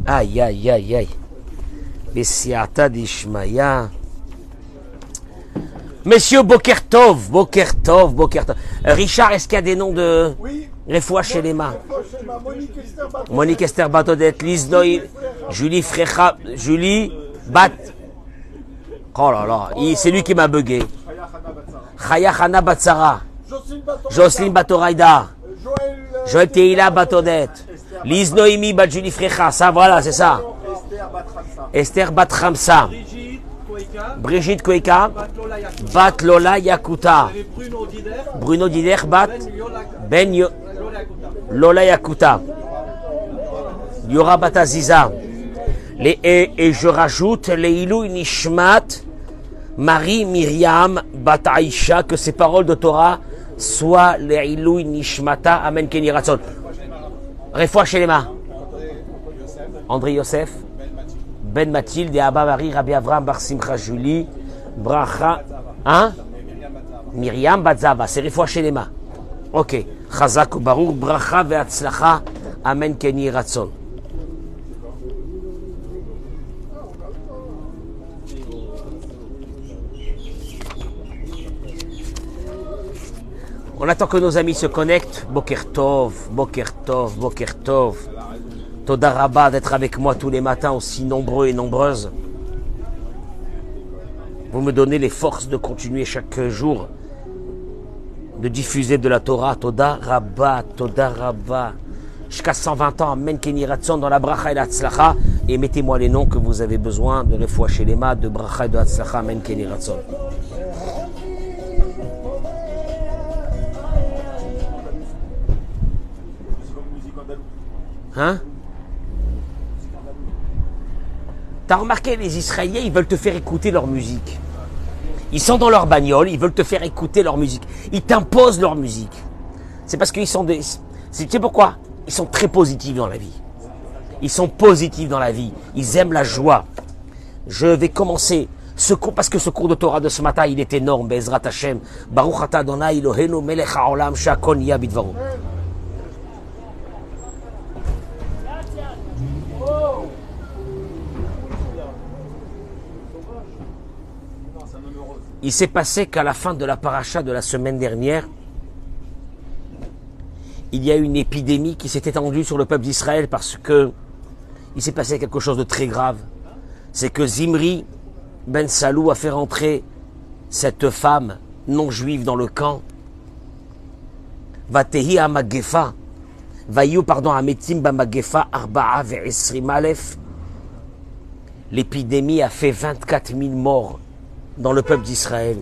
Aïe, aïe, aïe, aïe. Bessiata d'Ishmaïa. Monsieur Bokertov, Bokertov, Bokertov. Richard, est-ce qu'il y a des noms de... Oui. Refoua chez les mains. Monique Esther Batodet. Monique Esther Batodet, Lise Noï, Julie Frécha, Julie Bat. Oh là là, c'est lui qui m'a bugué. Chaya Hana Batsara, Jocelyne Batoraïda, Joël Teila Batodet, Lise Noémie Bat Julie Frécha, ça voilà, c'est ça. Esther Batramsa, Brigitte Koeka, Bat Lola Yakuta, Bruno Dider, Bat Ben Lola Yakuta, Yora Bataziza, et je rajoute les Ilou Nishmat, Marie Myriam Bataïcha, que ces paroles de Torah soient les Ilou Nishmata, Amen Keni Ratzon. Refoua Shelema, André Yosef, Ben Mathilde, et Abba Marie, Rabbi Avram, Bar Simcha Julie, Bracha, hein? Myriam Batzava, c'est Refoua Shelema. Ok. Chazak Baruch, Bracha ve'atzlacha, Amen Keni Ratzon. On attend que nos amis se connectent. Boker Tov, Boker Tov, Boker Tov. Toda Rabba d'être avec moi tous les matins, aussi nombreux et nombreuses. Vous me donnez les forces de continuer chaque jour de diffuser de la Torah. Toda Rabba, Toda Rabba. Jusqu'à 120 ans, Amen Keni Ratzon dans la Bracha et la Tzlacha. Et mettez-moi les noms que vous avez besoin de Refoua Shelema, de Bracha et de Tzlacha, Amen Keni Ratzon. Hein? T'as remarqué, les Israéliens, ils veulent te faire écouter leur musique. Ils sont dans leur bagnole, ils veulent te faire écouter leur musique. Ils t'imposent leur musique. C'est parce qu'ils sont des... Tu sais pourquoi? Ils sont très positifs dans la vie. Ils sont positifs dans la vie. Ils aiment la joie. Je vais commencer ce cours, parce que ce cours de Torah de ce matin, il est énorme. Bezrat Hashem. Baruch Ata Adonai Eloheinu melech haolam she'akol niya bidvaro. Il s'est passé qu'à la fin de la paracha de la semaine dernière, il y a eu une épidémie qui s'est étendue sur le peuple d'Israël parce que il s'est passé quelque chose de très grave. C'est que Zimri ben Salou a fait rentrer cette femme non juive dans le camp. Vatehi amagefa, vayu pardon ametim bamagefa arba'a ve'esrim alef. L'épidémie a fait 24 000 morts dans le peuple d'Israël.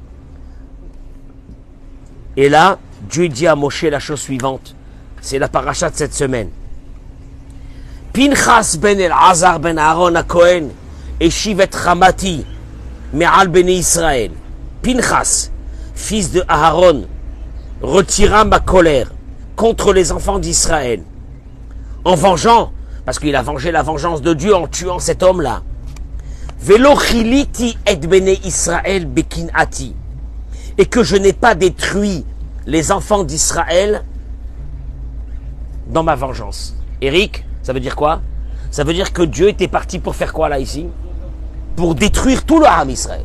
Et là, Dieu dit à Moshe la chose suivante. C'est la paracha de cette semaine. Pinchas ben El-Azar ben Aaron ha-Kohen eshiv et Hamati me'al bnei Israël. Pinchas, fils de Aaron, retira ma colère contre les enfants d'Israël en vengeant, parce qu'il a vengé la vengeance de Dieu en tuant cet homme-là. Velo chiliti et bnei Israël bekinati, et que je n'ai pas détruit les enfants d'Israël dans ma vengeance. Eric, ça veut dire quoi? Ça veut dire que Dieu était parti pour faire quoi là ici? Pour détruire tout le Ham Israël.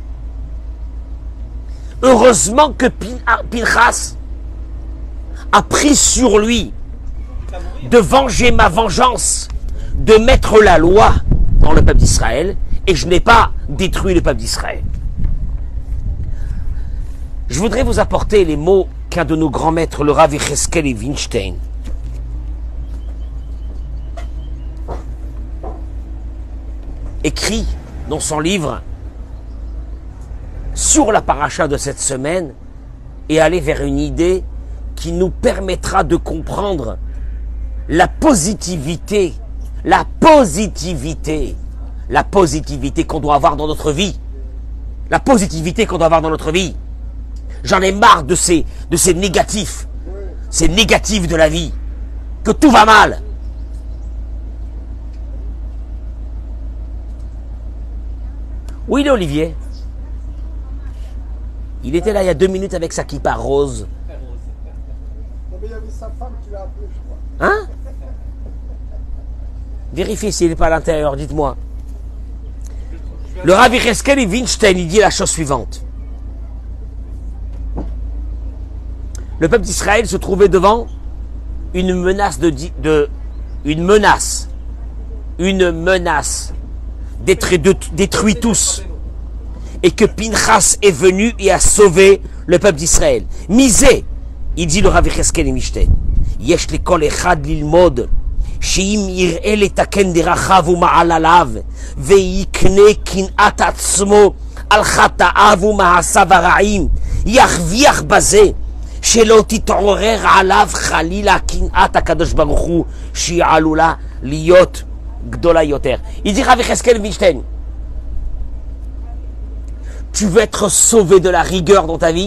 Heureusement que Pinchas a pris sur lui de venger ma vengeance, de mettre la loi dans le peuple d'Israël, et je n'ai pas détruit le peuple d'Israël. Je voudrais vous apporter les mots qu'un de nos grands maîtres, le Rav Yecheskel Evinstein, écrit dans son livre sur la paracha de cette semaine, et aller vers une idée qui nous permettra de comprendre la positivité qu'on doit avoir dans notre vie. La positivité qu'on doit avoir dans notre vie. J'en ai marre de ces négatifs. Ces négatifs de la vie. Que tout va mal. Où il est, Olivier? Il était là il y a 2 minutes avec sa kippa rose. Il y avait sa femme qui l'a appelé, je crois. Hein? Vérifiez s'il n'est pas à l'intérieur, dites-moi. Le Rav Yecheskel Winstein, il dit la chose suivante. Le peuple d'Israël se trouvait devant une menace d'être détruits tous. Et que Pinchas est venu et a sauvé le peuple d'Israël. Misé, il dit le Rav Yecheskel Winstein. Yesh le kol echad lilmod. שאם יראה לתקן דרכיו ומעלליו ויקנה קנאת עצמו על חטאיו ומעשיו הרעים יחוויח בזה שלא תתעורר עליו חלילה קנאת הקדוש ברוך הוא שהיא עלולה להיות גדולה יותר. Il dit Rav Yecheskel Winstein, tu veux être sauvé de la rigueur dans ta vie?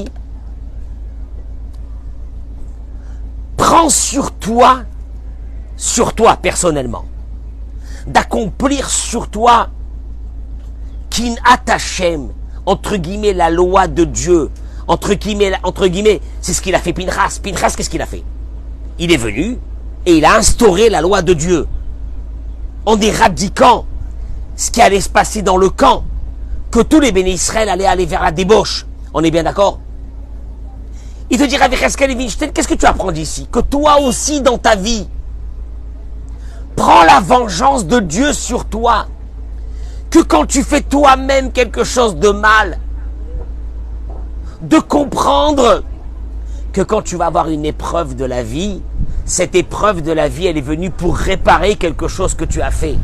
Prends sur toi personnellement, d'accomplir sur toi Kinat Hashem, entre guillemets la loi de Dieu, entre guillemets, c'est ce qu'il a fait Pinchas. Pinchas, qu'est-ce qu'il a fait? Il est venu et il a instauré la loi de Dieu en éradiquant ce qui allait se passer dans le camp, que tous les béné Israël allaient aller vers la débauche. On est bien d'accord? Il te dira avec Yecheskel Winstein, qu'est-ce que tu apprends d'ici? Que toi aussi dans ta vie, prends la vengeance de Dieu sur toi. Que quand tu fais toi-même quelque chose de mal, de comprendre que quand tu vas avoir une épreuve de la vie, cette épreuve de la vie, elle est venue pour réparer quelque chose que tu as fait.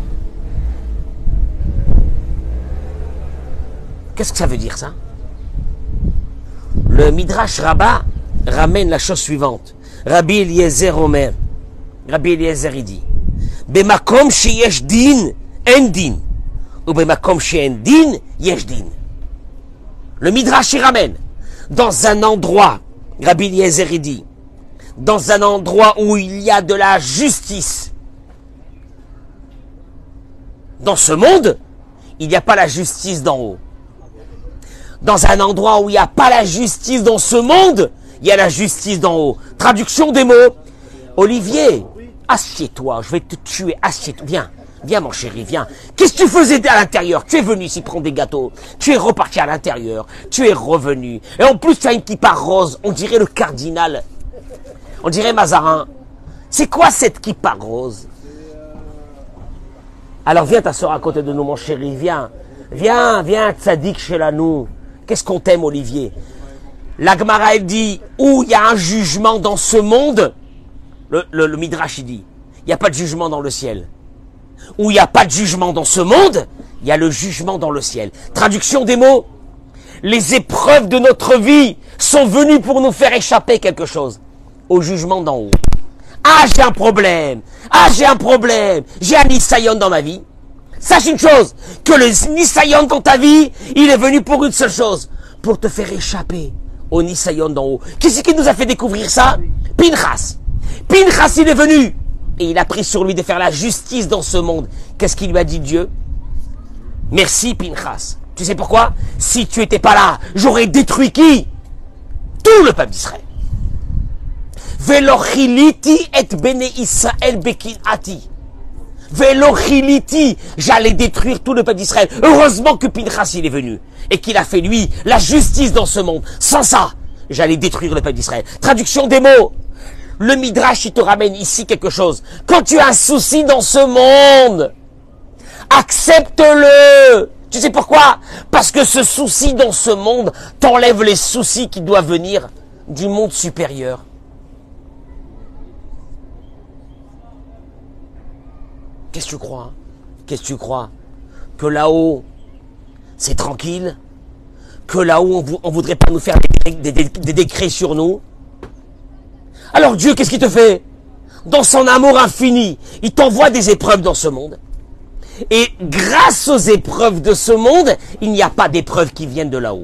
Qu'est-ce que ça veut dire ça? Le Midrash Rabbah ramène la chose suivante. Rabbi Eliezer Omer, Rabbi Eliezer il dit, Bemakom sheyesh din, en din. Ou bemakom she'en din, yesh din. Le Midrash il ramène dans un endroit, Rabbi Eliezer il dit, dans un endroit où il y a de la justice. Dans ce monde, il n'y a pas la justice d'en haut. Dans un endroit où il n'y a pas la justice dans ce monde, il y a la justice d'en haut. Traduction des mots. Olivier, assieds-toi, je vais te tuer, assieds-toi, viens mon chéri, viens. Qu'est-ce que tu faisais à l'intérieur? Tu es venu ici prendre des gâteaux, tu es reparti à l'intérieur, tu es revenu. Et en plus tu as une kippa rose, on dirait le cardinal, on dirait Mazarin. C'est quoi cette kippa rose? Alors viens t'asseoir à côté de nous mon chéri, viens, tzadik Shelanou. Qu'est-ce qu'on t'aime Olivier? La Gemara elle dit, où il y a un jugement dans ce monde, le Midrash il dit, il n'y a pas de jugement dans le ciel. Où il n'y a pas de jugement dans ce monde, il y a le jugement dans le ciel. Traduction des mots, les épreuves de notre vie sont venues pour nous faire échapper quelque chose. Au jugement d'en haut. Ah, j'ai un problème, j'ai un Nisayon dans ma vie. Sache une chose, que le Nisayon dans ta vie, il est venu pour une seule chose, pour te faire échapper au Nisayon d'en haut. Qu'est-ce qui nous a fait découvrir ça? Pinchas. Pinchas, il est venu et il a pris sur lui de faire la justice dans ce monde. Qu'est-ce qu'il lui a dit Dieu? Merci Pinchas. Tu sais pourquoi? Si tu étais pas là, j'aurais détruit qui? Tout le peuple d'Israël. Velochiliti et bene Israël bekinati. Velochiliti, j'allais détruire tout le peuple d'Israël. Heureusement que Pinchas il est venu et qu'il a fait lui la justice dans ce monde. Sans ça, j'allais détruire le peuple d'Israël. Traduction des mots. Le Midrash il te ramène ici quelque chose. Quand tu as un souci dans ce monde, accepte-le. Tu sais pourquoi? Parce que ce souci dans ce monde t'enlève les soucis qui doivent venir du monde supérieur. Qu'est-ce que tu crois? Qu'est-ce que tu crois? Que là-haut, c'est tranquille? Que là-haut, on voudrait pas nous faire des décrets sur nous? Alors Dieu, qu'est-ce qu'il te fait? Dans son amour infini, il t'envoie des épreuves dans ce monde. Et grâce aux épreuves de ce monde, il n'y a pas d'épreuves qui viennent de là-haut.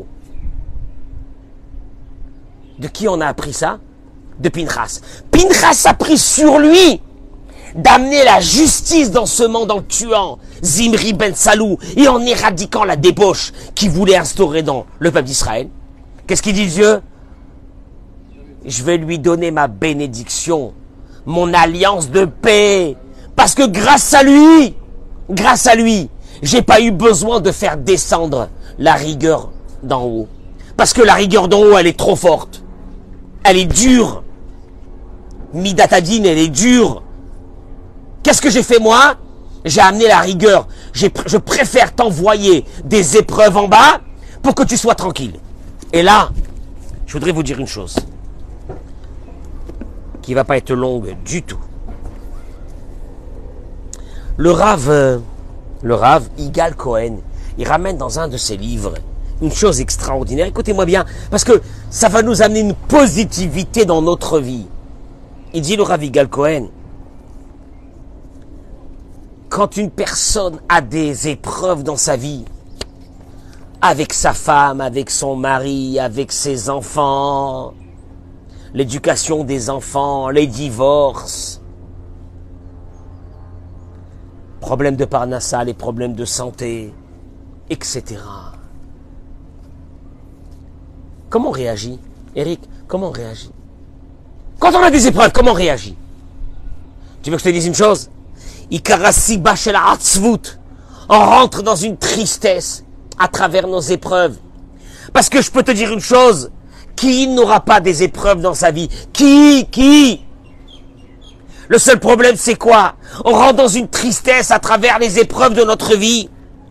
De qui on a appris ça? De Pinchas. Pinchas a pris sur lui d'amener la justice dans ce monde en tuant Zimri ben Salou et en éradiquant la débauche qu'il voulait instaurer dans le peuple d'Israël. Qu'est-ce qu'il dit Dieu? Je vais lui donner ma bénédiction, mon alliance de paix, Parce que grâce à lui, j'ai pas eu besoin de faire descendre la rigueur d'en haut. Parce que la rigueur d'en haut, elle est trop forte. Elle est dure. Midatadine, elle est dure. Qu'est-ce que j'ai fait moi? J'ai amené la rigueur. Je préfère t'envoyer des épreuves en bas pour que tu sois tranquille. Et là, je voudrais vous dire une chose qui va pas être longue du tout. Le Rav Yigal Cohen, il ramène dans un de ses livres une chose extraordinaire. Écoutez-moi bien, parce que ça va nous amener une positivité dans notre vie. Il dit, le Rav Yigal Cohen, quand une personne a des épreuves dans sa vie, avec sa femme, avec son mari, avec ses enfants, l'éducation des enfants, les divorces, problèmes de parnassa, les problèmes de santé, etc. Comment on réagit? Eric, comment on réagit? Quand on a des épreuves, comment on réagit? Tu veux que je te dise une chose? On rentre dans une tristesse à travers nos épreuves. Parce que je peux te dire une chose, qui n'aura pas des épreuves dans sa vie? Qui? Le seul problème, c'est quoi? On rentre dans une tristesse à travers les épreuves de notre vie.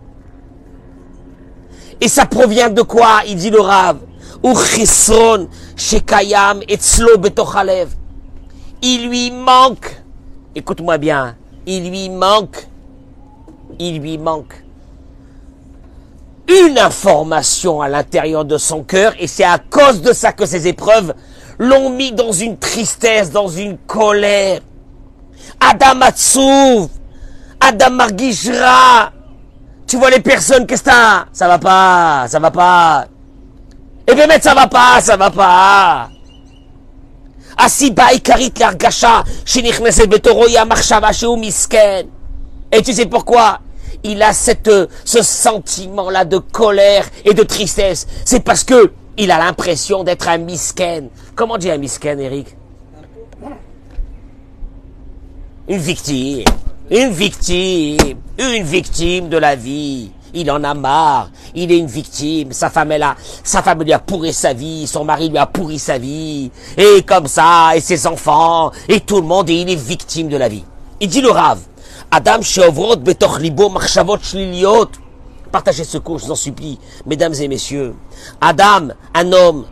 Et ça provient de quoi? Il dit le Rav. Il lui manque, écoute-moi bien, il lui manque une information à l'intérieur de son cœur, et c'est à cause de ça que ces épreuves l'ont mis dans une tristesse, dans une colère. Adam Atzouv, Adam Margishra. Tu vois les personnes, qu'est-ce que t'as? Ça va pas. Eh bien, mais ça va pas. Asiba ikarit l'argasha, shenichneset betoro yamachshava sheu misken. Et tu sais pourquoi? Il a ce sentiment-là de colère et de tristesse. C'est parce que il a l'impression d'être un misken. Comment dit un misken, Eric? Une victime de la vie. Il en a marre. Il est une victime. Sa femme lui a pourri sa vie. Son mari lui a pourri sa vie. Et comme ça, et ses enfants, et tout le monde, et il est victime de la vie. Il dit le Rav, Adam sheovrot betoch libo machshavot shliliot. Partagez ce cours, je vous en supplie, mesdames et messieurs. Adam, un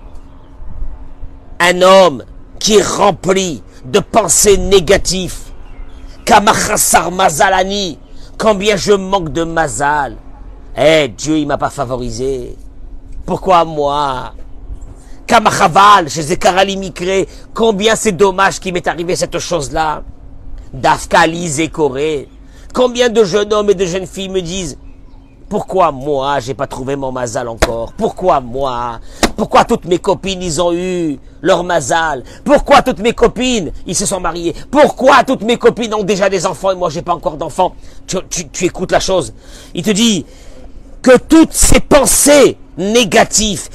homme qui est rempli de pensées négatives. Kamachassar mazalani. Combien je manque de mazal. Dieu, il m'a pas favorisé. Pourquoi moi? Kamachaval, chez Zekarali Mikre. Combien c'est dommage qu'il m'est arrivé cette chose-là. Dafkali Zekoré. Combien de jeunes hommes et de jeunes filles me disent, pourquoi moi, j'ai pas trouvé mon mazal encore? Pourquoi moi? Pourquoi toutes mes copines, ils ont eu leur mazal? Pourquoi toutes mes copines, ils se sont mariés? Pourquoi toutes mes copines ont déjà des enfants et moi, j'ai pas encore d'enfants? Tu écoutes la chose. Il te dit que toutes ces pensées négatives,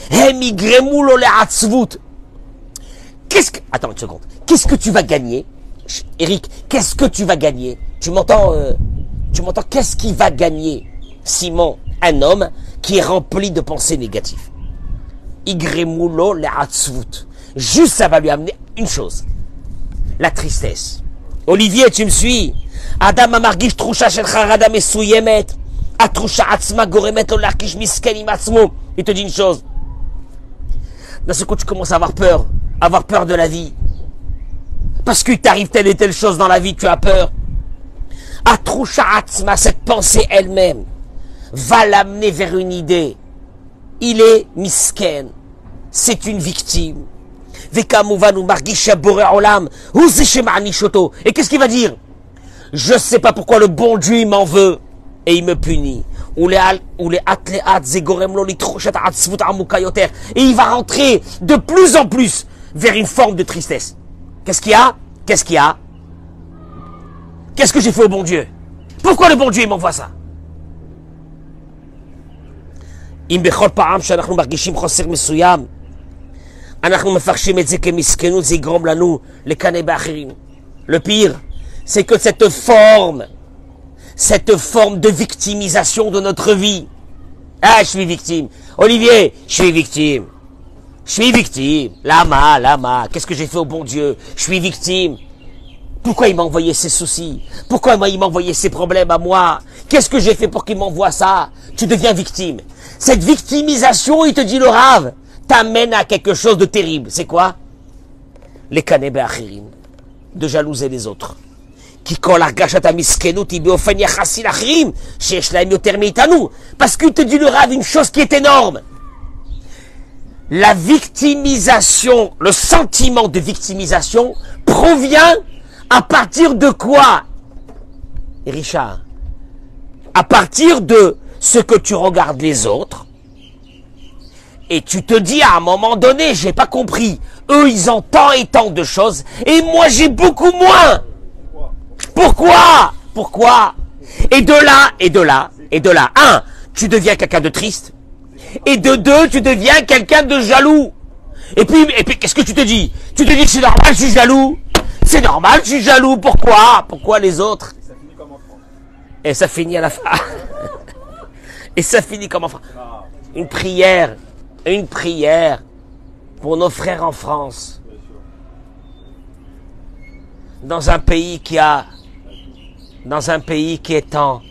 attends une seconde. Qu'est-ce que tu vas gagner? Eric, qu'est-ce que tu vas gagner? Tu m'entends? Qu'est-ce qu'il va gagner? Simon, un homme qui est rempli de pensées négatives. Igremulo le'atzvut. Juste ça va lui amener une chose. La tristesse. Olivier, tu me suis? Adam amargish trusha shel charada mesuyemet. Atrusha atzma goremet lo lakish misken im atzmo. Il te dit une chose. Dans ce coup, tu commences à avoir peur de la vie. Parce qu'il t'arrive telle et telle chose dans la vie, tu as peur. Atrusha atzma, cette pensée elle-même, va l'amener vers une idée. Il est misken. C'est une victime. Et qu'est-ce qu'il va dire? Je sais pas pourquoi le bon Dieu m'en veut et il me punit. Et il va rentrer de plus en plus vers une forme de tristesse. Qu'est-ce qu'il y a? Qu'est-ce que j'ai fait au bon Dieu? Pourquoi le bon Dieu m'envoie ça? Le pire, c'est que cette forme de victimisation de notre vie. Ah, je suis victime. Olivier, je suis victime. Je suis victime. Lama, qu'est-ce que j'ai fait au bon Dieu? Je suis victime. Pourquoi il m'a envoyé ces soucis? Pourquoi il m'a envoyé ces problèmes à moi? Qu'est-ce que j'ai fait pour qu'il m'envoie ça? Tu deviens victime. Cette victimisation, il te dit le Rav, t'amène à quelque chose de terrible. C'est quoi? Les kanebe achirim, de jalouser les autres. Parce qu'il te dit le Rav une chose qui est énorme. La victimisation, le sentiment de victimisation provient à partir de quoi, Richard? À partir de ce que tu regardes les autres et tu te dis à un moment donné, j'ai pas compris. Eux, ils ont tant et tant de choses et moi, j'ai beaucoup moins. Pourquoi? Et de là, un, tu deviens quelqu'un de triste. Et de deux, tu deviens quelqu'un de jaloux. Et puis, qu'est-ce que tu te dis? Tu te dis, c'est normal, je suis jaloux. C'est normal, je suis jaloux. Pourquoi les autres? Et ça finit à la fin. Et ça finit comme en France. Une prière pour nos frères en France. Dans un pays qui est en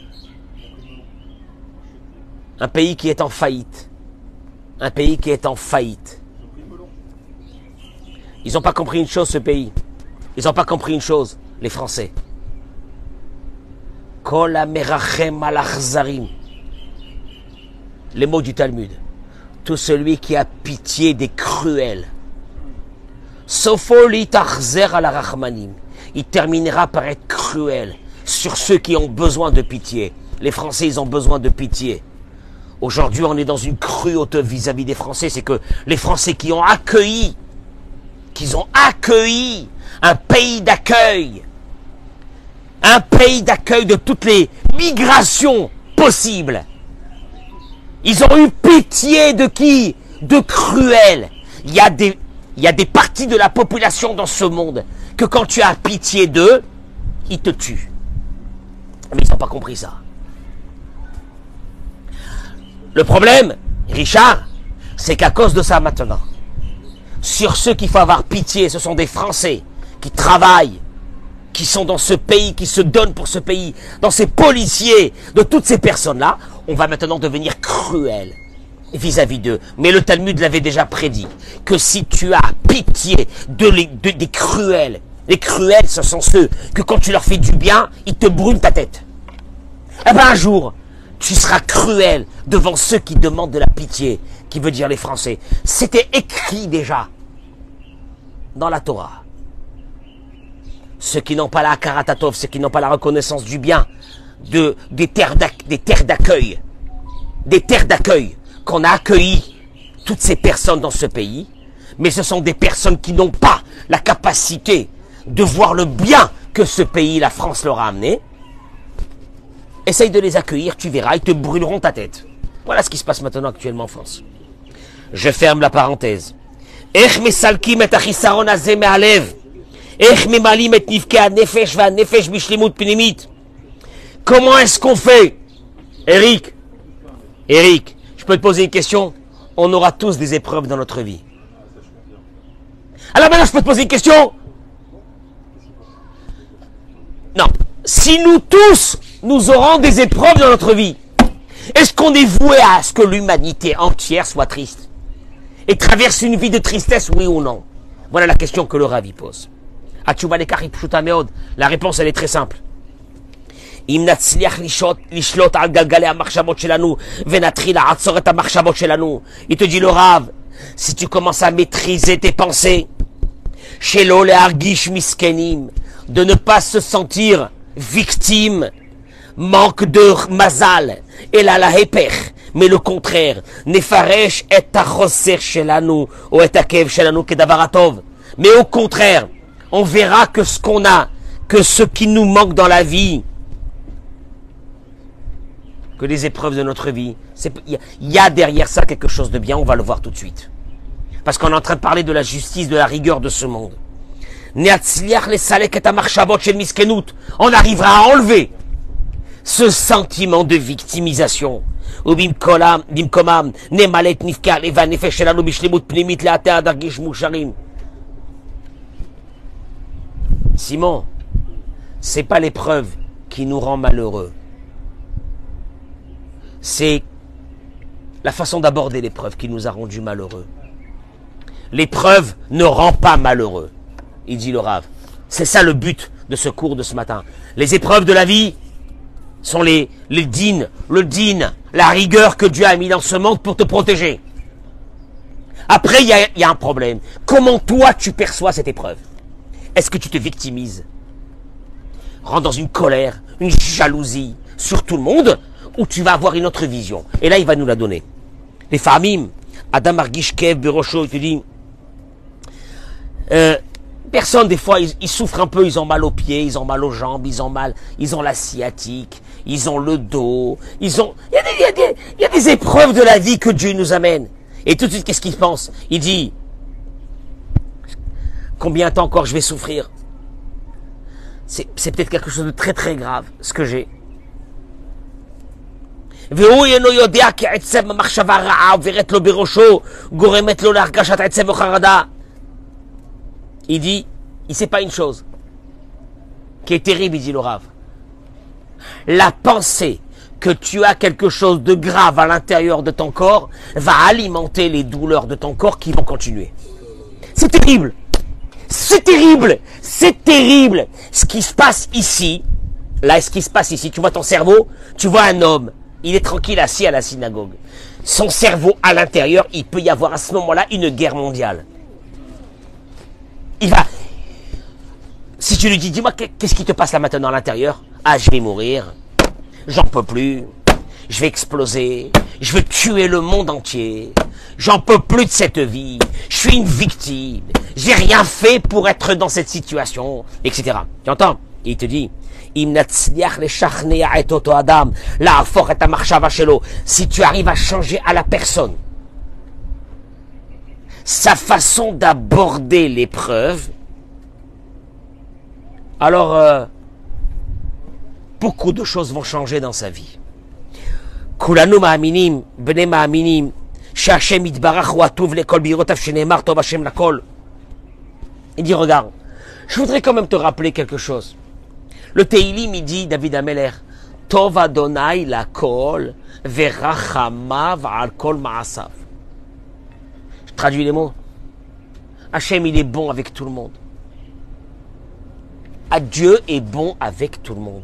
faillite. Un pays qui est en faillite. Ils n'ont pas compris une chose, ce pays. Ils n'ont pas compris une chose, les Français. Kol hamerachem al achzarim. Les mots du Talmud. Tout celui qui a pitié des cruels. Sofo litachzer al rachmanim. Il terminera par être cruel sur ceux qui ont besoin de pitié. Les Français, ils ont besoin de pitié. Aujourd'hui, on est dans une cruauté vis-à-vis des Français. C'est que les Français qui ont accueilli un pays d'accueil de toutes les migrations possibles. Ils ont eu pitié de qui? De cruels. Il y a des parties de la population dans ce monde que quand tu as pitié d'eux, ils te tuent. Mais ils n'ont pas compris ça. Le problème, Richard, c'est qu'à cause de ça maintenant, sur ceux qu'il faut avoir pitié, ce sont des Français qui travaillent, qui sont dans ce pays, qui se donnent pour ce pays, dans ces policiers, de toutes ces personnes-là, on va maintenant devenir cruel vis-à-vis d'eux. Mais le Talmud l'avait déjà prédit, que si tu as pitié des cruels, les cruels, ce sont ceux que quand tu leur fais du bien, ils te brûlent ta tête. Eh bien un jour, tu seras cruel devant ceux qui demandent de la pitié, qui veut dire les Français. C'était écrit déjà dans la Torah. Ceux qui n'ont pas la Hakarat, ceux qui n'ont pas la reconnaissance du bien, des terres d'accueil, qu'on a accueilli toutes ces personnes dans ce pays, mais ce sont des personnes qui n'ont pas la capacité de voir le bien que ce pays, la France, leur a amené. Essaye de les accueillir, tu verras, ils te brûleront ta tête. Voilà ce qui se passe maintenant actuellement en France. Je ferme la parenthèse. Comment est-ce qu'on fait? Eric, je peux te poser une question? On aura tous des épreuves dans notre vie. Alors maintenant, je peux te poser une question? Non. Si nous tous, nous aurons des épreuves dans notre vie, est-ce qu'on est voué à ce que l'humanité entière soit triste et traverse une vie de tristesse, oui ou non? Voilà la question que le Ravi pose. La réponse, elle est très simple. Il te dit le Rav, si tu commences à maîtriser tes pensées, de ne pas se sentir victime, manque de mazal, et la hepech, mais le contraire, nefaresh et tachoser shelanu, ou et akev shelanu kedavaratov, mais au contraire, on verra que ce qu'on a, que ce qui nous manque dans la vie, que les épreuves de notre vie, il y a derrière ça quelque chose de bien, on va le voir tout de suite. Parce qu'on est en train de parler de la justice, de la rigueur de ce monde. On arrivera à enlever ce sentiment de victimisation. Simon, c'est pas l'épreuve qui nous rend malheureux. C'est la façon d'aborder l'épreuve qui nous a rendus malheureux. L'épreuve ne rend pas malheureux, il dit le Rav. C'est ça le but de ce cours de ce matin. Les épreuves de la vie sont le din, la rigueur que Dieu a mis dans ce monde pour te protéger. Après, il y a un problème. Comment toi tu perçois cette épreuve? Est-ce que tu te victimises? Rentre dans une colère, une jalousie sur tout le monde, ou tu vas avoir une autre vision? Et là, il va nous la donner. Les famim, Adam Argish Kev Berosho, il te dit, personne, des fois, ils souffrent un peu, ils ont mal aux pieds, ils ont mal aux jambes, ils ont la sciatique, ils ont le dos, il y a des épreuves de la vie que Dieu nous amène. Et tout de suite, qu'est-ce qu'il pense? Il dit, combien de temps encore je vais souffrir? C'est peut-être quelque chose de très très grave, ce que j'ai. Il dit, il sait pas une chose qui est terrible, il dit le Rav. La pensée que tu as quelque chose de grave à l'intérieur de ton corps va alimenter les douleurs de ton corps qui vont continuer. C'est terrible. C'est terrible. C'est terrible. Ce qui se passe ici, tu vois ton cerveau, tu vois un homme, il est tranquille assis à la synagogue. Son cerveau à l'intérieur, il peut y avoir à ce moment-là une guerre mondiale. Si tu lui dis, dis-moi, qu'est-ce qui te passe là maintenant à l'intérieur? Ah, je vais mourir. J'en peux plus. Je vais exploser. Je veux tuer le monde entier. J'en peux plus de cette vie. Je suis une victime. J'ai rien fait pour être dans cette situation, etc. Tu entends? Il te dit, si tu arrives à changer à la personne sa façon d'aborder l'épreuve, alors beaucoup de choses vont changer dans sa vie. Kulanu ma'aminim, bnei ma'aminim, she'Hashem yitbarach hu atuv lekol birotav shene'emar tov Hashem lakol. Il dit, regarde, je voudrais quand même te rappeler quelque chose. Le Teilim, il dit, David Ameler, Tov Adonai lakol verachamav al kol ma'asav. Je traduis les mots. Hachem, il est bon avec tout le monde. Dieu est bon avec tout le monde.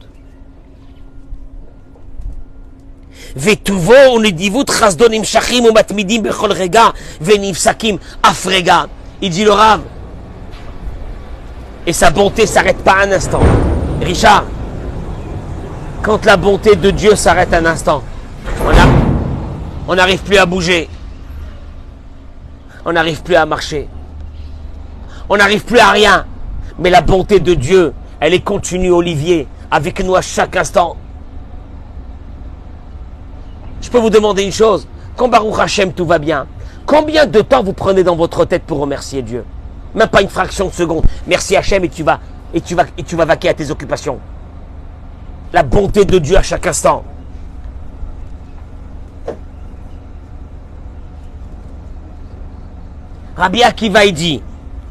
Vetuvo unidivut chasdonim shachim umatmidim bechol rega venivsakim afrega. Il dit le Rav. Et sa bonté s'arrête pas un instant. Richard, quand la bonté de Dieu s'arrête un instant, on n'arrive plus à bouger. On n'arrive plus à marcher. On n'arrive plus à rien. Mais la bonté de Dieu, elle est continue, Olivier, avec nous à chaque instant. Je peux vous demander une chose. Quand Baruch Hashem, tout va bien, combien de temps vous prenez dans votre tête pour remercier Dieu? Même pas une fraction de seconde. Merci Hashem et tu vas vaquer à tes occupations. La bonté de Dieu à chaque instant. Rabbi Akiva, il dit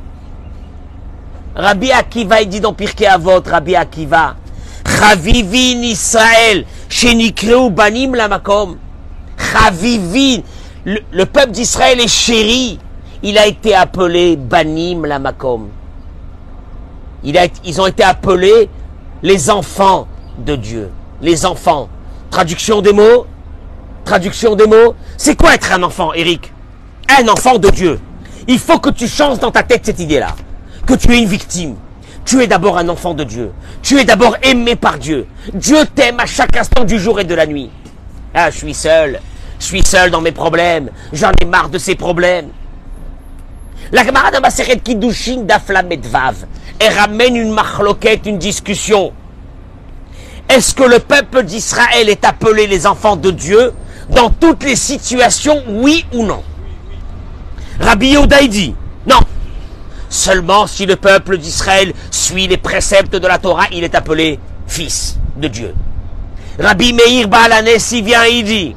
dans Pirkei Avot, Rabbi Akiva, Chavivin Israël, Shenikreu Banim Lamakom. Chavivin, le peuple d'Israël est chéri. Il a été appelé Banim Lamakom. Ils ont été appelés les enfants de Dieu. Les enfants. Traduction des mots. C'est quoi être un enfant, Eric? Un enfant de Dieu. Il faut que tu changes dans ta tête cette idée-là. Que tu es une victime. Tu es d'abord un enfant de Dieu. Tu es d'abord aimé par Dieu. Dieu t'aime à chaque instant du jour et de la nuit. Ah, je suis seul dans mes problèmes. J'en ai marre de ces problèmes. La Gemara dans Masechet Kiddushin Daf Lamed Vav, elle ramène une machloquette, une discussion. Est-ce que le peuple d'Israël est appelé les enfants de Dieu dans toutes les situations, oui ou non? Rabbi Yehuda dit non. Seulement si le peuple d'Israël suit les préceptes de la Torah, il est appelé fils de Dieu. Rabbi Meir Baal HaNes, il vient et il dit,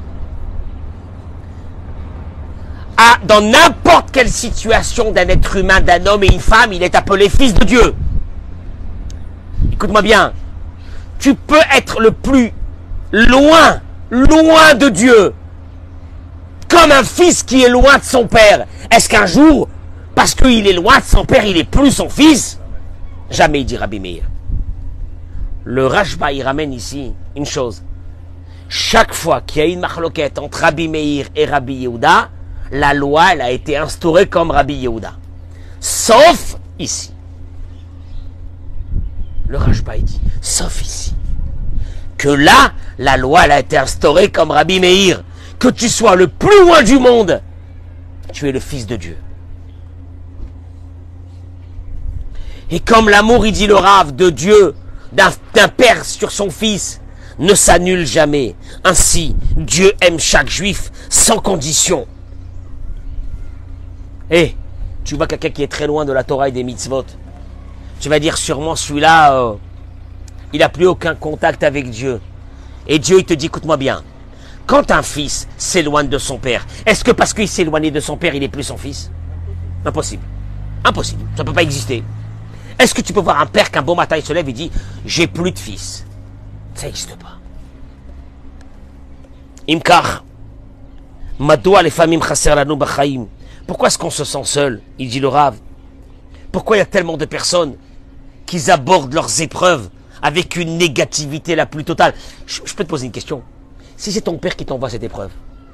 dans n'importe quelle situation d'un être humain, d'un homme et une femme, il est appelé fils de Dieu. Écoute-moi bien, tu peux être le plus loin de Dieu, comme un fils qui est loin de son père. Est-ce qu'un jour, parce qu'il est loin de son père, il est plus son fils? Jamais, dit Rabbi Meir. Le Rashba, il ramène ici une chose. Chaque fois qu'il y a une marloquette entre Rabbi Meir et Rabbi Yehuda, la loi, elle a été instaurée comme Rabbi Yehuda. Sauf ici. Le Rashba, il dit, sauf ici. Que là, la loi, elle a été instaurée comme Rabbi Meir. Que tu sois le plus loin du monde, tu es le fils de Dieu. Et comme l'amour, il dit le Rav, de Dieu, d'un père sur son fils, ne s'annule jamais. Ainsi, Dieu aime chaque juif sans condition. Et tu vois quelqu'un qui est très loin de la Torah et des mitzvot. Tu vas dire sûrement celui-là, il n'a plus aucun contact avec Dieu. Et Dieu, il te dit, écoute-moi bien. Quand un fils s'éloigne de son père, est-ce que parce qu'il s'est éloigné de son père, il n'est plus son fils? Impossible. Impossible. Ça ne peut pas exister. Est-ce que tu peux voir un père qu'un bon matin il se lève et dit, j'ai plus de fils? Ça n'existe pas. Imkar, Madoua les familles chasser lanu b'chaim. Pourquoi est-ce qu'on se sent seul? Il dit le Rav. Pourquoi il y a tellement de personnes qui abordent leurs épreuves avec une négativité la plus totale? Je peux te poser une question. Si c'est ton père qui t'envoie cette épreuve,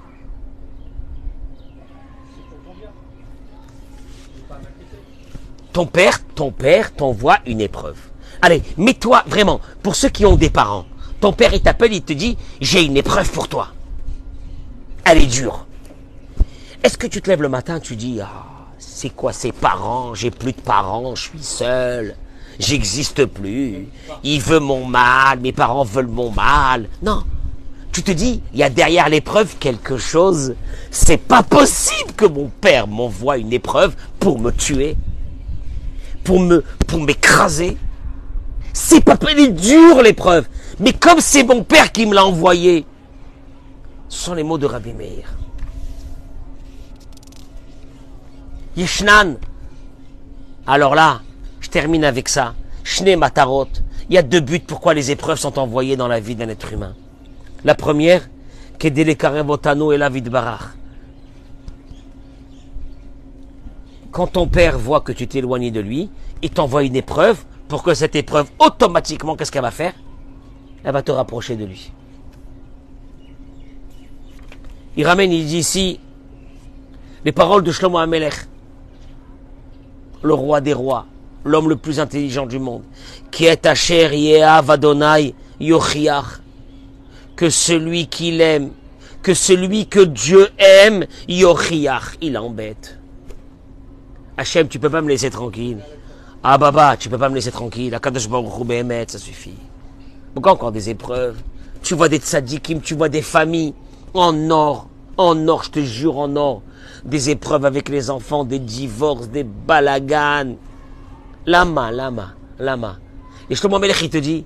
ton père t'envoie une épreuve. Allez, mets-toi vraiment, pour ceux qui ont des parents, ton père il t'appelle, il te dit, j'ai une épreuve pour toi. Elle est dure. Est-ce que tu te lèves le matin, tu dis, ah, c'est quoi ces parents? J'ai plus de parents, je suis seul, j'existe plus, il veut mon mal, mes parents veulent mon mal. Non. Tu te dis, il y a derrière l'épreuve quelque chose. C'est pas possible que mon père m'envoie une épreuve pour me tuer, pour m'écraser. C'est pas, elle est dure l'épreuve. Mais comme c'est mon père qui me l'a envoyé, ce sont les mots de Rabbi Meir. Yeshnan. Alors là, je termine avec ça. Shne Matarot. Il y a deux buts pourquoi les épreuves sont envoyées dans la vie d'un être humain. La première, Kedele Karevotano et la vie de Barach. Quand ton père voit que tu t'es éloigné de lui, il t'envoie une épreuve pour que cette épreuve, automatiquement, qu'est-ce qu'elle va faire? Elle va te rapprocher de lui. Il ramène, il dit ici, les paroles de Shlomo HaMelech, le roi des rois, l'homme le plus intelligent du monde, qui est Asher Yehav Adonai Yochiach, que celui qu'il aime, que celui que Dieu aime, Yochiach, il embête. Hachem, tu peux pas me laisser tranquille. Ah Baba, tu peux pas me laisser tranquille. Akadosh Baruch Hu Behemet, ça suffit. Pourquoi encore des épreuves? Tu vois des tzadikim, tu vois des familles en or, je te jure, en or. Des épreuves avec les enfants, des divorces, des balagans. Lama. Et Shlomo HaMelech, il te dit,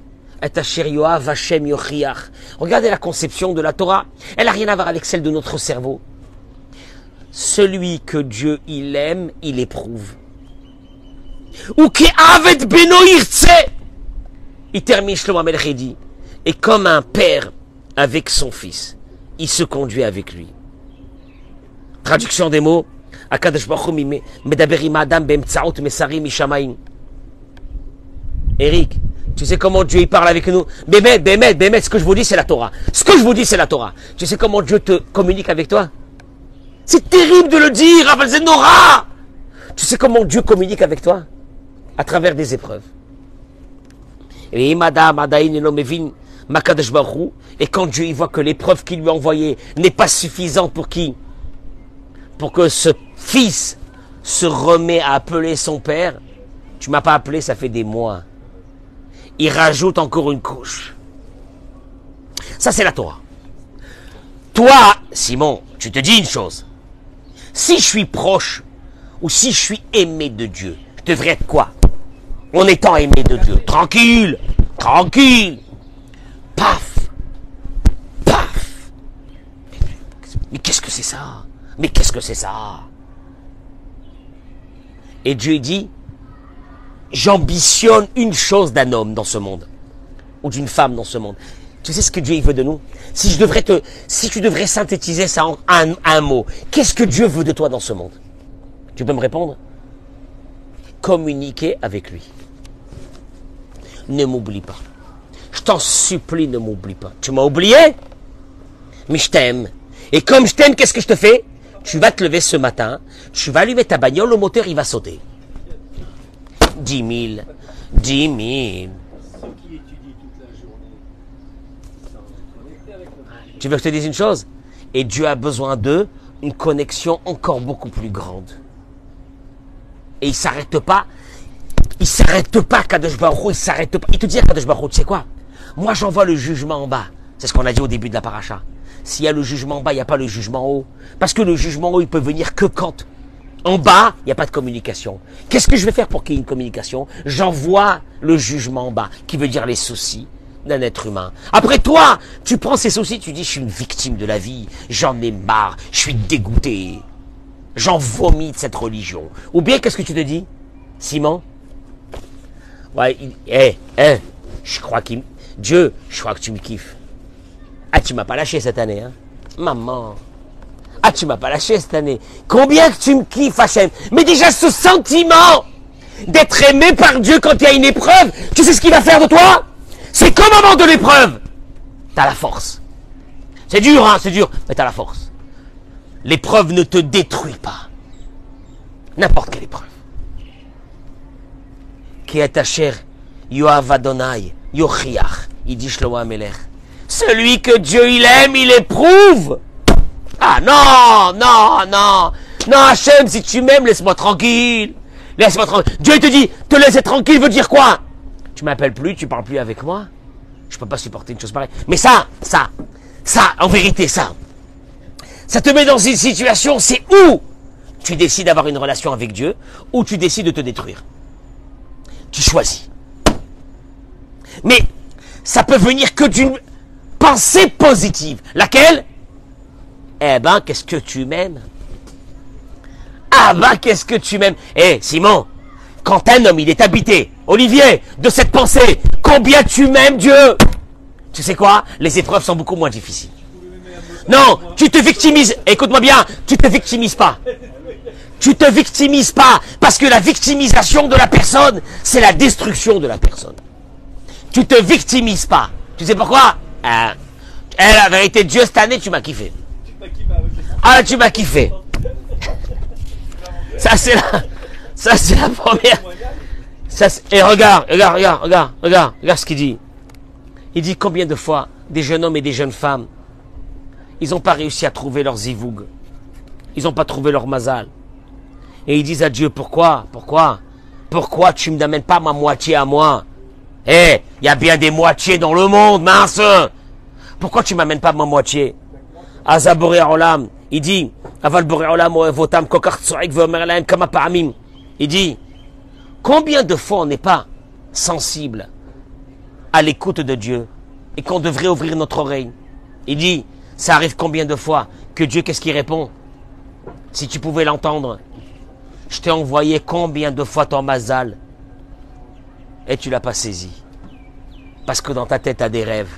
regardez la conception de la Torah. Elle n'a rien à voir avec celle de notre cerveau. Celui que Dieu il aime, il éprouve. Ou qui avet beno irtse. Il termine Shlomo HaMelech et dit, et comme un père avec son fils, il se conduit avec lui. Traduction des mots. Akadosh Baruch Hu medaber im adam be'emtzaot mesarim mishamayim. Eric, tu sais comment Dieu il parle avec nous? Bémet, ce que je vous dis c'est la Torah. Tu sais comment Dieu te communique avec toi? C'est terrible de le dire, Aval Zenora. Tu sais comment Dieu communique avec toi? À travers des épreuves. Et quand Dieu il voit que l'épreuve qu'il lui a envoyée n'est pas suffisante pour qui? Pour que ce fils se remet à appeler son père. Tu m'as pas appelé, ça fait des mois. Il rajoute encore une couche. Ça, c'est la Torah. Toi, Simon, tu te dis une chose. Si je suis proche ou si je suis aimé de Dieu, je devrais être quoi? En étant aimé de Dieu. Tranquille, tranquille. Paf, paf. Mais qu'est-ce que c'est ça? Mais qu'est-ce que c'est ça? Et Dieu dit, j'ambitionne une chose d'un homme dans ce monde, ou d'une femme dans ce monde. Tu sais ce que Dieu veut de nous? Si tu devrais synthétiser ça en un mot, qu'est-ce que Dieu veut de toi dans ce monde? Tu peux me répondre? Communiquer avec lui. Ne m'oublie pas. Je t'en supplie, ne m'oublie pas. Tu m'as oublié? Mais je t'aime. Et comme je t'aime, qu'est-ce que je te fais? Tu vas te lever ce matin, tu vas allumer ta bagnole, le moteur il va sauter. 10 000, 10 000. Tu veux que je te dise une chose? Et Dieu a besoin d'eux, une connexion encore beaucoup plus grande. Et il ne s'arrête pas. Il ne s'arrête pas, Kadosh Baruch Hu, il ne s'arrête pas. Il te dit à Kadosh Baruch Hu, tu sais quoi? Moi j'envoie le jugement en bas. C'est ce qu'on a dit au début de la paracha. S'il y a le jugement en bas, il n'y a pas le jugement en haut. Parce que le jugement en haut, il peut venir que quand en bas, il n'y a pas de communication. Qu'est-ce que je vais faire pour qu'il y ait une communication? J'envoie le jugement en bas, qui veut dire les soucis d'un être humain. Après toi, tu prends ces soucis, tu dis, je suis une victime de la vie, j'en ai marre, je suis dégoûté, j'en vomis de cette religion. Ou bien, qu'est-ce que tu te dis, Simon? Ouais, je crois Dieu, je crois que tu me kiffes. Ah, tu m'as pas lâché cette année, hein? Maman. Ah, tu m'as pas lâché cette année. Combien que tu me kiffes, Hachem? Mais déjà, ce sentiment d'être aimé par Dieu quand il y a une épreuve, tu sais ce qu'il va faire de toi? C'est qu'au moment de l'épreuve, t'as la force. C'est dur, hein, c'est dur, mais t'as la force. L'épreuve ne te détruit pas. N'importe quelle épreuve. Qui est ta chère, Yoav Adonai, Yochiach, il dit Shlomo HaMelech. Celui que Dieu il aime, il éprouve. Ah non, non, non. Non, Hachem, si tu m'aimes, laisse-moi tranquille. Laisse-moi tranquille. Dieu te dit, te laisser tranquille veut dire quoi? Tu m'appelles plus, tu parles plus avec moi. Je peux pas supporter une chose pareille. Mais ça, en vérité, ça te met dans une situation, c'est où tu décides d'avoir une relation avec Dieu, ou tu décides de te détruire. Tu choisis. Mais ça peut venir que d'une pensée positive. Laquelle? Eh ben, qu'est-ce que tu m'aimes? Ah ben, qu'est-ce que tu m'aimes? Eh, Simon, quand un homme, il est habité, Olivier, de cette pensée, combien tu m'aimes, Dieu? Tu sais quoi? Les épreuves sont beaucoup moins difficiles. Non, tu te victimises. Écoute-moi bien, tu te victimises pas. Tu te victimises pas, parce que la victimisation de la personne, c'est la destruction de la personne. Tu te victimises pas. Tu sais pourquoi? La vérité de Dieu, cette année, tu m'as kiffé. Ah, tu m'as kiffé. Ça, c'est la première. Et regarde ce qu'il dit. Il dit combien de fois des jeunes hommes et des jeunes femmes, ils n'ont pas réussi à trouver leur zivoug. Ils n'ont pas trouvé leur mazal. Et ils disent à Dieu, pourquoi tu ne m'amènes pas ma moitié à moi? Il y a bien des moitiés dans le monde, mince. Pourquoi tu ne m'amènes pas ma moitié? Azab Boré Olam, il dit, Aval Boré Olam, Votam, Kokar Tsorik, Vomerlaim, Kama Paramim. Il dit, combien de fois on n'est pas sensible à l'écoute de Dieu et qu'on devrait ouvrir notre oreille? Il dit, ça arrive combien de fois que Dieu, qu'est-ce qu'il répond? Si tu pouvais l'entendre, je t'ai envoyé combien de fois ton mazal et tu l'as pas saisi. Parce que dans ta tête, tu as des rêves.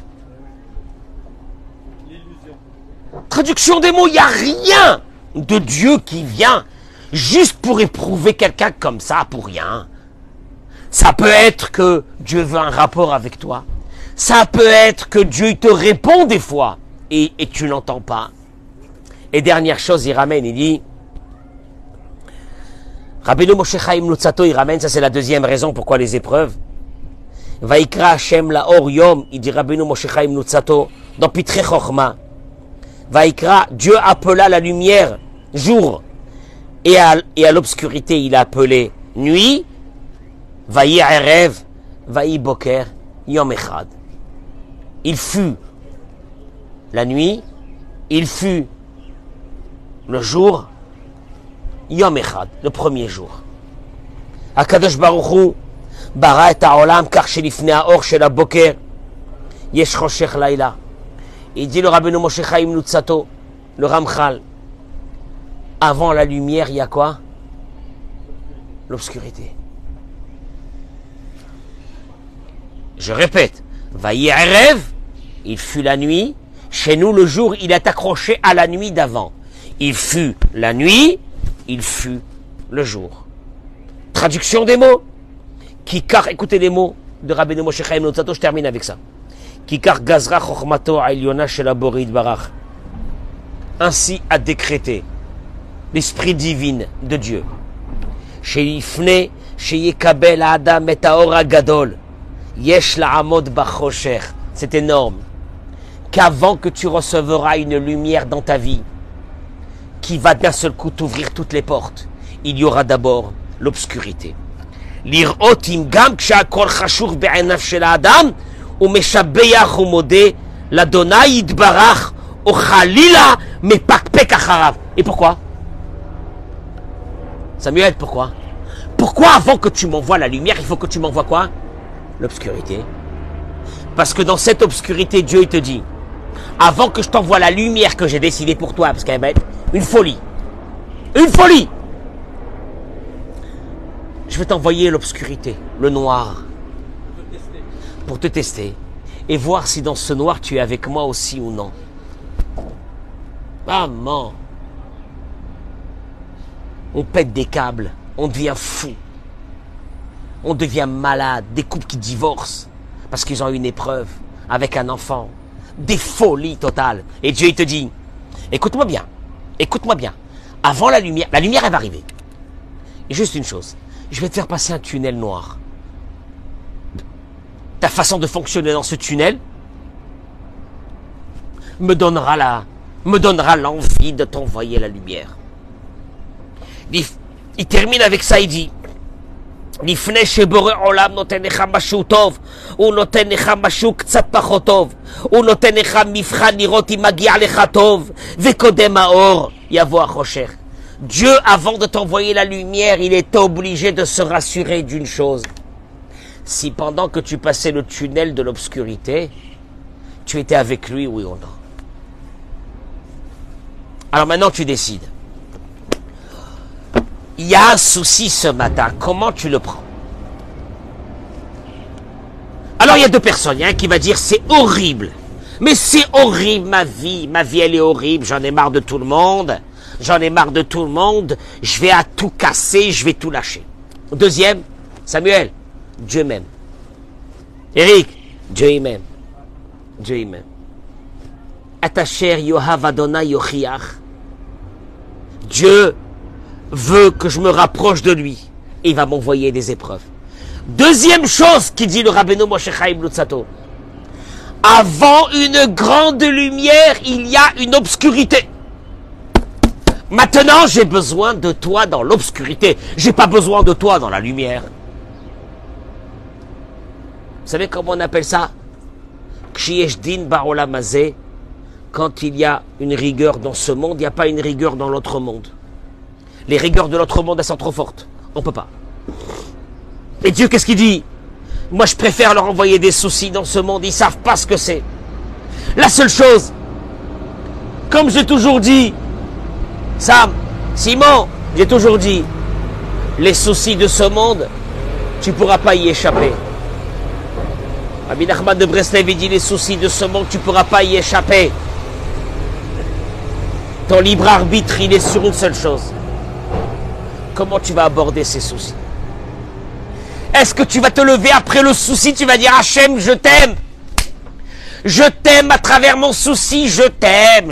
Traduction des mots, il n'y a rien de Dieu qui vient juste pour éprouver quelqu'un comme ça, pour rien. Ça peut être que Dieu veut un rapport avec toi. Ça peut être que Dieu te répond des fois et tu n'entends pas. Et dernière chose, il ramène, il dit, Rabbeinu Moshe Chaim Luzzatto, il ramène, ça c'est la deuxième raison pourquoi les épreuves. Vaikra Hashem laor yom, il dit Rabbeinu Moshe Chaim Luzzatto, dans Pitrei Chochma. Vaikra, Dieu appela la lumière jour, et à l'obscurité il a appelé nuit. Vayi erev, vayi boker, yom echad. Il fut la nuit, il fut le jour, Yom Echad, le premier jour. Akadosh Baruch Hu, bara et ha'olam, kach shelifnei ha'or shel haboker, yesh choshech laila. Il dit le Rabbeinu Moshe Chaim Lutzato, le Ramchal, avant la lumière, il y a quoi? L'obscurité. Je répète, Vayi Erev, il fut la nuit. Chez nous, le jour, il est accroché à la nuit d'avant. Il fut la nuit, il fut le jour. Traduction des mots. Kikar, écoutez les mots de Rabbeinu Moshe Chaim Lutzato, je termine avec ça. Kikar gazra chokhmato ailiona shel haborit barach. Ainsi a décrété l'esprit divin de Dieu. Sheifne sheyekabel adam et haor hagadol. Yesh la'amod bachosher. C'est énorme. Qu'avant que tu recevras une lumière dans ta vie, qui va d'un seul coup t'ouvrir toutes les portes, il y aura d'abord l'obscurité. Lirot im gam ksha'akol chashur be'enav shel ha'adam umeshabeach umodeh l'Adonai yitbarach o chalila mepakpek acharav. Et pourquoi? Samuel, pourquoi? Pourquoi avant que tu m'envoies la lumière, il faut que tu m'envoies quoi? L'obscurité. Parce que dans cette obscurité, Dieu il te dit, avant que je t'envoie la lumière que j'ai décidée pour toi, parce qu'elle va être une folie, je vais t'envoyer l'obscurité, le noir, pour te tester et voir si dans ce noir tu es avec moi aussi ou non. Maman, on pète des câbles, on devient fou, on devient malade, des couples qui divorcent parce qu'ils ont eu une épreuve avec un enfant, des folies totales. Et Dieu il te dit, écoute-moi bien, avant la lumière elle va arriver. Et juste une chose, je vais te faire passer un tunnel noir. Ta façon de fonctionner dans ce tunnel me donnera l'envie de t'envoyer la lumière. Il termine avec ça, il dit, לפני שבורא עולם נותן לך משהו טוב, הוא נותן לך משהו קצת פחות טוב, הוא נותן לך מבחן לראות אם מגיע לך טוב, וקודם האור יבוא החושך. Dieu, avant de t'envoyer la lumière, il est obligé de se rassurer d'une chose. Si pendant que tu passais le tunnel de l'obscurité, tu étais avec lui, oui ou non. Alors maintenant tu décides. Il y a un souci ce matin, comment tu le prends? Alors il y a deux personnes, il y a un qui va dire c'est horrible, mais c'est horrible ma vie elle est horrible, j'en ai marre de tout le monde, je vais à tout casser, je vais tout lâcher. Deuxième, Samuel, Dieu m'aime. Eric, Dieu m'aime. Atacher Yohav Adonai Yochiach. Dieu veut que je me rapproche de lui. Et il va m'envoyer des épreuves. Deuxième chose qui dit le Rabbeinu Moshe Chaim Lutzato. Avant une grande lumière, il y a une obscurité. Maintenant, j'ai besoin de toi dans l'obscurité. J'ai pas besoin de toi dans la lumière. Vous savez comment on appelle ça? Kshiyesh din ba'olam hazeh. Quand il y a une rigueur dans ce monde, il n'y a pas une rigueur dans l'autre monde. Les rigueurs de l'autre monde, elles sont trop fortes. On ne peut pas. Et Dieu, qu'est-ce qu'il dit? Moi, je préfère leur envoyer des soucis dans ce monde. Ils ne savent pas ce que c'est. La seule chose, comme j'ai toujours dit, Sam, Simon, j'ai toujours dit, les soucis de ce monde, tu ne pourras pas y échapper. Rabbi Nachman de Breslev, il dit, les soucis de ce monde, tu ne pourras pas y échapper. Ton libre arbitre, il est sur une seule chose. Comment tu vas aborder ces soucis? Est-ce que tu vas te lever après le souci, tu vas dire Hachem, je t'aime. Je t'aime à travers mon souci, je t'aime.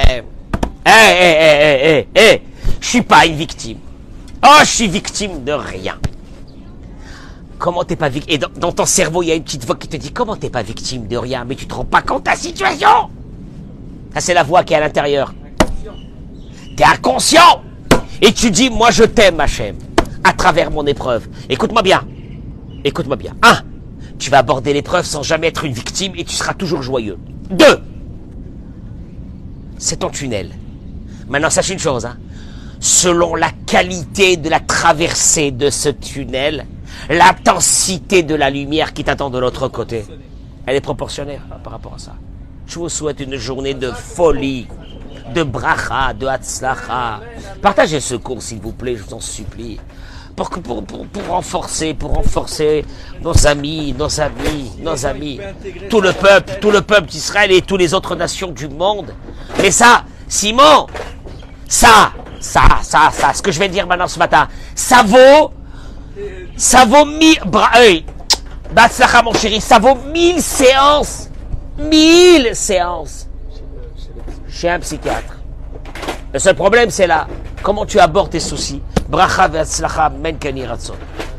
Je suis pas une victime. Oh, je suis victime de rien. Comment t'es pas victime? Et dans ton cerveau, il y a une petite voix qui te dit comment t'es pas victime de rien, mais tu te rends pas compte de ta situation. Ça, c'est la voix qui est à l'intérieur. T'es inconscient. Et tu dis, moi je t'aime Hachem, à travers mon épreuve. Écoute-moi bien. Un, tu vas aborder l'épreuve sans jamais être une victime et tu seras toujours joyeux. Deux, c'est ton tunnel. Maintenant, sache une chose, selon la qualité de la traversée de ce tunnel, l'intensité de la lumière qui t'attend de l'autre côté. Elle est proportionnée par rapport à ça. Je vous souhaite une journée de folie, de bracha, de hatzlacha. Partagez ce cours, s'il vous plaît, je vous en supplie. Pour renforcer nos amis. Tout le peuple d'Israël et toutes les autres nations du monde. Mais ça, Simon, ça, ce que je vais dire maintenant ce matin, ça vaut 1000, Batzlacha mon chéri, ça vaut 1000 séances. 1000 séances. Chez un psychiatre. Le seul problème, c'est là. Comment tu abordes tes soucis. Bracha ve'atzlacha men ken yiratzon.